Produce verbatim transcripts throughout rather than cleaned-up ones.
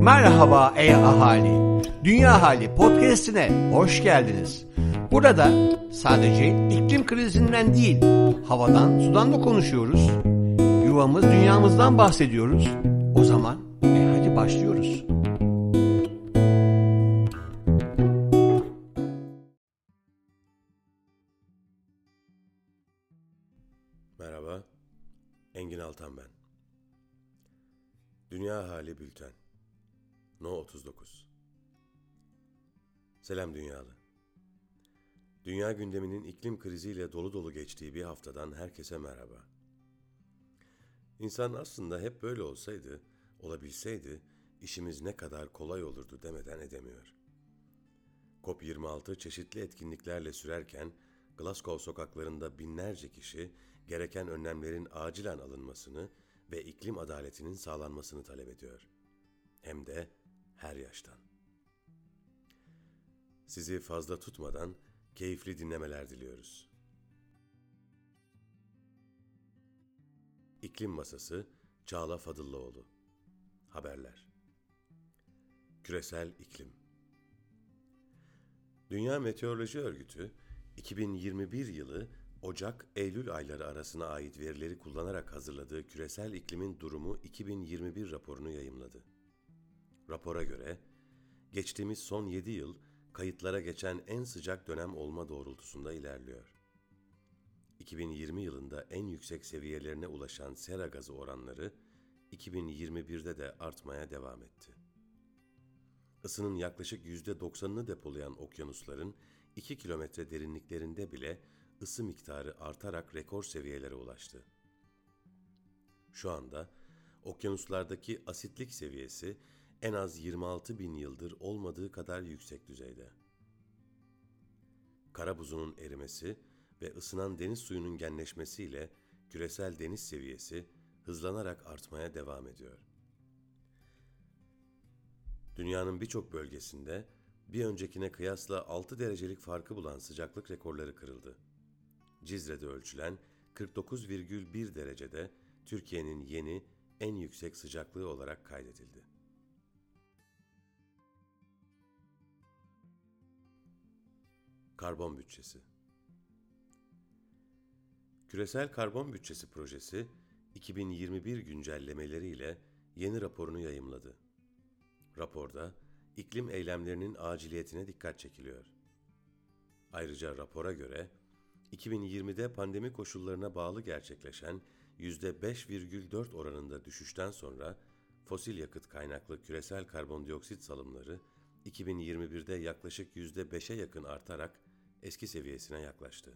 Merhaba ey ahali, Dünya Hali Podcast'ine hoş geldiniz. Burada sadece iklim krizinden değil, havadan, sudan da konuşuyoruz. Yuvamız, dünyamızdan bahsediyoruz. O zaman e hadi başlıyoruz. Merhaba, Engin Altan ben. Dünya Hali Bülten No otuz dokuz. Selam dünyalı. Dünya gündeminin iklim kriziyle dolu dolu geçtiği bir haftadan herkese merhaba. İnsan aslında hep böyle olsaydı, olabilseydi, işimiz ne kadar kolay olurdu demeden edemiyor. COP yirmi altı çeşitli etkinliklerle sürerken, Glasgow sokaklarında binlerce kişi gereken önlemlerin acilen alınmasını ve iklim adaletinin sağlanmasını talep ediyor. Hem de her yaştan. Sizi fazla tutmadan keyifli dinlemeler diliyoruz. İklim Masası Çağla Fadıllıoğlu. Haberler. Küresel iklim. Dünya Meteoroloji Örgütü iki bin yirmi bir yılı Ocak-Eylül ayları arasına ait verileri kullanarak hazırladığı Küresel İklimin Durumu iki bin yirmi bir raporunu yayımladı. Rapora göre, geçtiğimiz son yedi yıl kayıtlara geçen en sıcak dönem olma doğrultusunda ilerliyor. iki bin yirmi yılında en yüksek seviyelerine ulaşan sera gazı oranları iki bin yirmi birde de artmaya devam etti. Isının yaklaşık yüzde doksanını depolayan okyanusların iki kilometre derinliklerinde bile ısı miktarı artarak rekor seviyelere ulaştı. Şu anda okyanuslardaki asitlik seviyesi en az yirmi altı bin yıldır olmadığı kadar yüksek düzeyde. Kara buzunun erimesi ve ısınan deniz suyunun genleşmesiyle küresel deniz seviyesi hızlanarak artmaya devam ediyor. Dünyanın birçok bölgesinde bir öncekine kıyasla altı derecelik farkı bulan sıcaklık rekorları kırıldı. Cizre'de ölçülen kırk dokuz virgül bir derecede Türkiye'nin yeni en yüksek sıcaklığı olarak kaydedildi. Karbon bütçesi. Küresel Karbon Bütçesi Projesi iki bin yirmi bir güncellemeleriyle yeni raporunu yayımladı. Raporda iklim eylemlerinin aciliyetine dikkat çekiliyor. Ayrıca rapora göre iki bin yirmide pandemi koşullarına bağlı gerçekleşen yüzde beş virgül dört oranında düşüşten sonra fosil yakıt kaynaklı küresel karbondioksit salımları iki bin yirmi birde yaklaşık yüzde beşe yakın artarak eski seviyesine yaklaştı.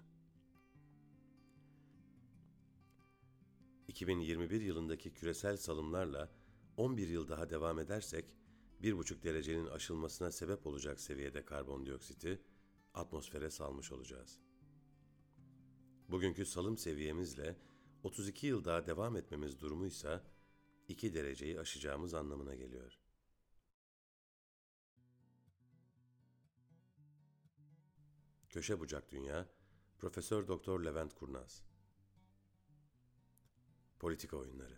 iki bin yirmi bir yılındaki küresel salımlarla on bir yıl daha devam edersek bir buçuk derecenin aşılmasına sebep olacak seviyede karbondioksiti atmosfere salmış olacağız. Bugünkü salım seviyemizle otuz iki yıl daha devam etmemiz durumuysa iki dereceyi aşacağımız anlamına geliyor. Köşe Bucak Dünya, Profesör Doktor Levent Kurnaz. Politika oyunları.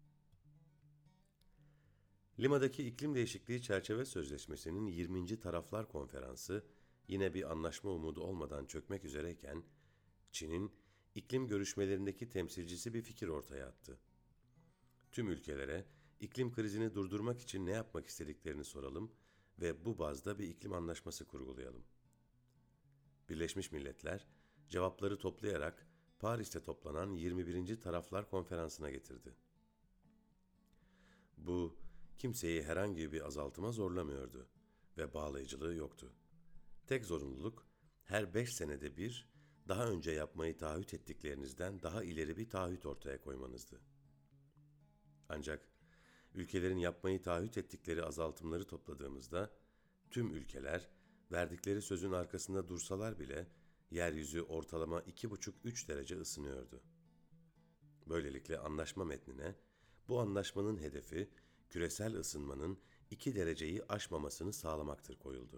Lima'daki İklim Değişikliği Çerçeve Sözleşmesi'nin yirminci Taraflar Konferansı yine bir anlaşma umudu olmadan çökmek üzereyken, Çin'in iklim görüşmelerindeki temsilcisi bir fikir ortaya attı. Tüm ülkelere iklim krizini durdurmak için ne yapmak istediklerini soralım ve bu bazda bir iklim anlaşması kurgulayalım. Birleşmiş Milletler cevapları toplayarak Paris'te toplanan yirmi birinci Taraflar Konferansı'na getirdi. Bu kimseyi herhangi bir azaltıma zorlamıyordu ve bağlayıcılığı yoktu. Tek zorunluluk her beş senede bir daha önce yapmayı taahhüt ettiklerinizden daha ileri bir taahhüt ortaya koymanızdı. Ancak ülkelerin yapmayı taahhüt ettikleri azaltımları topladığımızda tüm ülkeler verdikleri sözün arkasında dursalar bile yeryüzü ortalama iki buçuk üç derece ısınıyordu. Böylelikle anlaşma metnine bu anlaşmanın hedefi küresel ısınmanın iki dereceyi aşmamasını sağlamaktır koyuldu.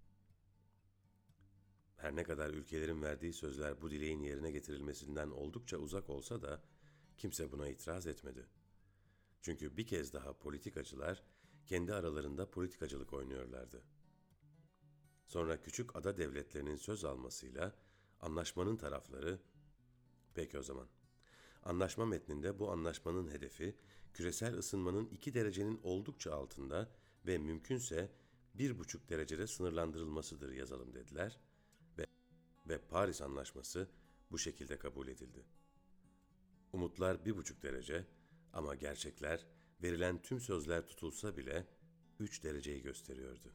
Her ne kadar ülkelerin verdiği sözler bu dileğin yerine getirilmesinden oldukça uzak olsa da kimse buna itiraz etmedi. Çünkü bir kez daha politikacılar kendi aralarında politikacılık oynuyorlardı. Sonra küçük ada devletlerinin söz almasıyla anlaşmanın tarafları, peki o zaman, anlaşma metninde bu anlaşmanın hedefi küresel ısınmanın iki derecenin oldukça altında ve mümkünse bir buçuk derecede sınırlandırılmasıdır yazalım dediler ve, ve Paris Anlaşması bu şekilde kabul edildi. Umutlar bir buçuk derece ama gerçekler verilen tüm sözler tutulsa bile üç dereceyi gösteriyordu.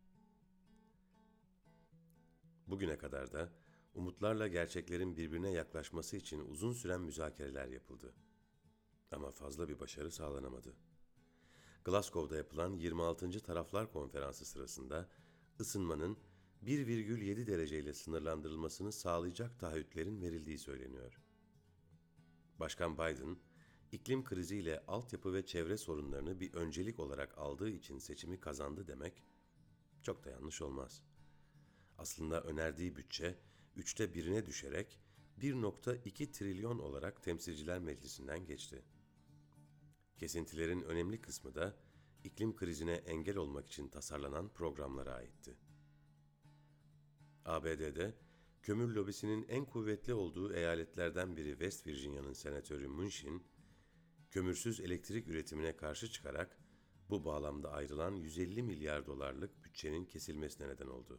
Bugüne kadar da umutlarla gerçeklerin birbirine yaklaşması için uzun süren müzakereler yapıldı. Ama fazla bir başarı sağlanamadı. Glasgow'da yapılan yirmi altıncı Taraflar Konferansı sırasında ısınmanın bir virgül yedi dereceyle sınırlandırılmasını sağlayacak taahhütlerin verildiği söyleniyor. Başkan Biden, iklim kriziyle altyapı ve çevre sorunlarını bir öncelik olarak aldığı için seçimi kazandı demek çok da yanlış olmaz. Aslında önerdiği bütçe üçte birine düşerek bir virgül iki trilyon olarak Temsilciler Meclisi'nden geçti. Kesintilerin önemli kısmı da iklim krizine engel olmak için tasarlanan programlara aitti. A B D'de kömür lobisinin en kuvvetli olduğu eyaletlerden biri West Virginia'nın senatörü Munchin, kömürsüz elektrik üretimine karşı çıkarak bu bağlamda ayrılan yüz elli milyar dolarlık bütçenin kesilmesine neden oldu.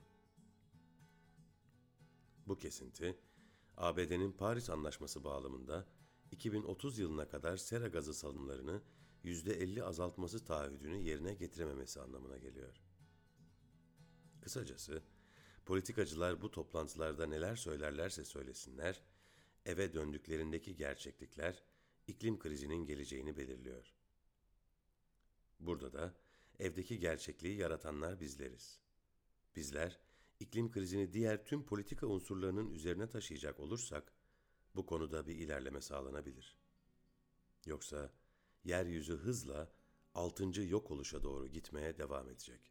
Bu kesinti, A B D'nin Paris Anlaşması bağlamında iki bin otuz yılına kadar sera gazı salımlarını yüzde elli azaltması taahhüdünü yerine getirememesi anlamına geliyor. Kısacası, politikacılar bu toplantılarda neler söylerlerse söylesinler, eve döndüklerindeki gerçeklikler iklim krizinin geleceğini belirliyor. Burada da evdeki gerçekliği yaratanlar bizleriz. Bizler, iklim krizini diğer tüm politika unsurlarının üzerine taşıyacak olursak, bu konuda bir ilerleme sağlanabilir. Yoksa yeryüzü hızla altıncı yok oluşa doğru gitmeye devam edecek.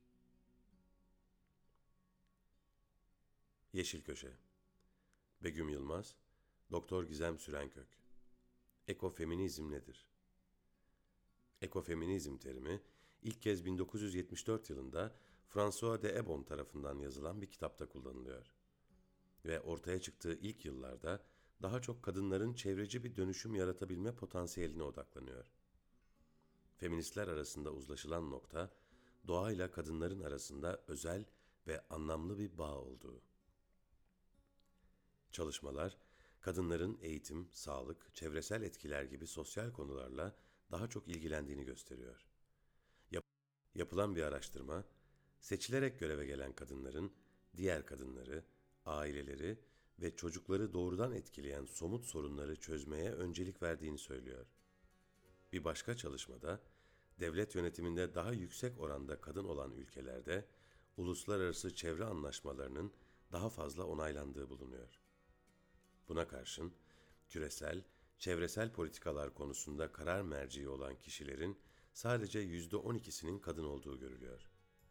Yeşil Köşe Begüm Yılmaz, Doktor Gizem Sürenkök. Ekofeminizm nedir? Ekofeminizm terimi ilk kez bin dokuz yüz yetmiş dört yılında François de Ebon tarafından yazılan bir kitapta kullanılıyor. Ve ortaya çıktığı ilk yıllarda daha çok kadınların çevreci bir dönüşüm yaratabilme potansiyeline odaklanıyor. Feministler arasında uzlaşılan nokta, doğayla kadınların arasında özel ve anlamlı bir bağ olduğu. Çalışmalar, kadınların eğitim, sağlık, çevresel etkiler gibi sosyal konularla daha çok ilgilendiğini gösteriyor. Yap- yapılan bir araştırma, seçilerek göreve gelen kadınların diğer kadınları, aileleri ve çocukları doğrudan etkileyen somut sorunları çözmeye öncelik verdiğini söylüyor. Bir başka çalışmada, devlet yönetiminde daha yüksek oranda kadın olan ülkelerde uluslararası çevre anlaşmalarının daha fazla onaylandığı bulunuyor. Buna karşın, küresel, çevresel politikalar konusunda karar merciği olan kişilerin sadece yüzde on ikisinin kadın olduğu görülüyor.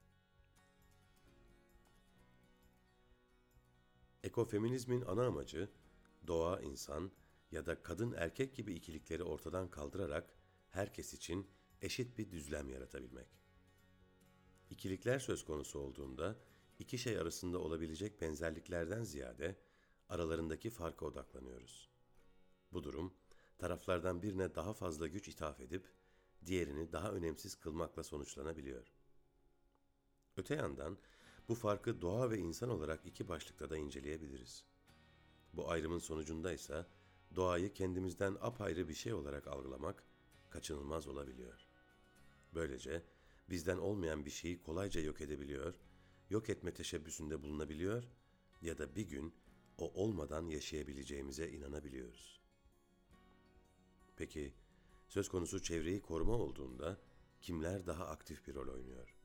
Ekofeminizmin ana amacı, doğa insan ya da kadın erkek gibi ikilikleri ortadan kaldırarak herkes için eşit bir düzlem yaratabilmek. İkilikler söz konusu olduğunda iki şey arasında olabilecek benzerliklerden ziyade aralarındaki farka odaklanıyoruz. Bu durum, taraflardan birine daha fazla güç ithaf edip diğerini daha önemsiz kılmakla sonuçlanabiliyor. Öte yandan bu farkı doğa ve insan olarak iki başlıkta da inceleyebiliriz. Bu ayrımın sonucunda ise doğayı kendimizden apayrı bir şey olarak algılamak kaçınılmaz olabiliyor. Böylece bizden olmayan bir şeyi kolayca yok edebiliyor, yok etme teşebbüsünde bulunabiliyor ya da bir gün o olmadan yaşayabileceğimize inanabiliyoruz. Peki, söz konusu çevreyi koruma olduğunda kimler daha aktif bir rol oynuyor?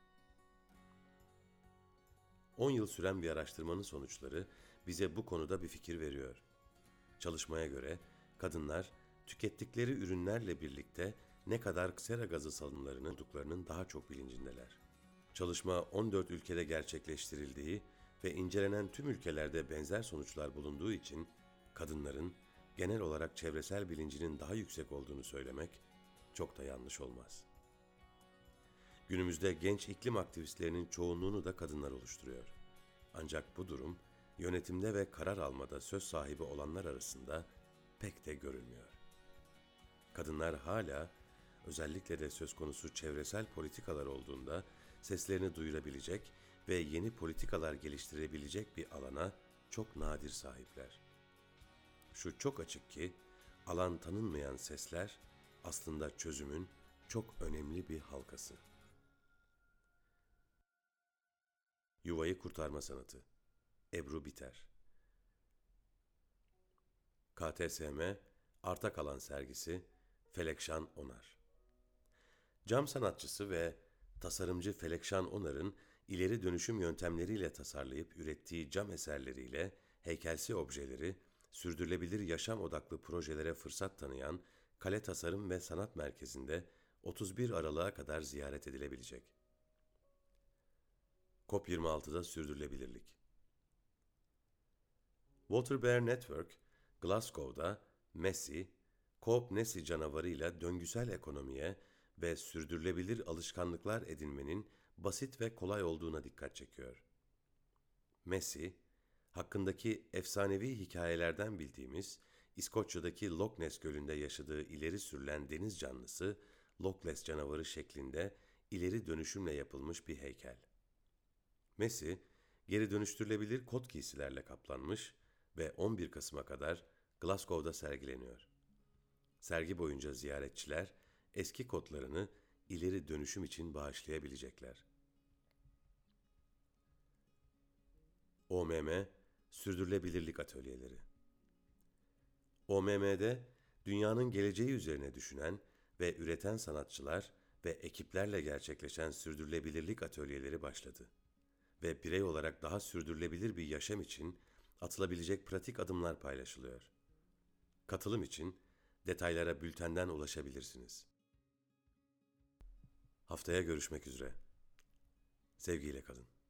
on yıl süren bir araştırmanın sonuçları bize bu konuda bir fikir veriyor. Çalışmaya göre kadınlar tükettikleri ürünlerle birlikte ne kadar sera gazı salımlarının olduklarının daha çok bilincindeler. Çalışma on dört ülkede gerçekleştirildiği ve incelenen tüm ülkelerde benzer sonuçlar bulunduğu için kadınların genel olarak çevresel bilincinin daha yüksek olduğunu söylemek çok da yanlış olmaz. Günümüzde genç iklim aktivistlerinin çoğunluğunu da kadınlar oluşturuyor. Ancak bu durum yönetimde ve karar almada söz sahibi olanlar arasında pek de görülmüyor. Kadınlar hala, özellikle de söz konusu çevresel politikalar olduğunda seslerini duyurabilecek ve yeni politikalar geliştirebilecek bir alana çok nadir sahipler. Şu çok açık ki, alan tanınmayan sesler aslında çözümün çok önemli bir halkası. Yuvayı Kurtarma Sanatı. Ebru Biter. K T S M Arta Kalan Sergisi, Felekşan Onar. Cam sanatçısı ve tasarımcı Felekşan Onar'ın ileri dönüşüm yöntemleriyle tasarlayıp ürettiği cam eserleriyle heykelsi objeleri, sürdürülebilir yaşam odaklı projelere fırsat tanıyan Kale Tasarım ve Sanat Merkezi'nde otuz bir Aralık'a kadar ziyaret edilebilecek. COP yirmi altıda sürdürülebilirlik. Walter Bear Network, Glasgow'da Messi, Coop-Nessie canavarıyla döngüsel ekonomiye ve sürdürülebilir alışkanlıklar edinmenin basit ve kolay olduğuna dikkat çekiyor. Messi, hakkındaki efsanevi hikayelerden bildiğimiz İskoçya'daki Loch Ness Gölü'nde yaşadığı ileri sürülen deniz canlısı Loch Ness canavarı şeklinde ileri dönüşümle yapılmış bir heykel. Messi, geri dönüştürülebilir kot giysilerle kaplanmış ve on bir Kasım'a kadar Glasgow'da sergileniyor. Sergi boyunca ziyaretçiler eski kotlarını ileri dönüşüm için bağışlayabilecekler. O M M Sürdürülebilirlik Atölyeleri. O M M'de dünyanın geleceği üzerine düşünen ve üreten sanatçılar ve ekiplerle gerçekleşen sürdürülebilirlik atölyeleri başladı ve birey olarak daha sürdürülebilir bir yaşam için atılabilecek pratik adımlar paylaşılıyor. Katılım için detaylara bültenden ulaşabilirsiniz. Haftaya görüşmek üzere. Sevgiyle kalın.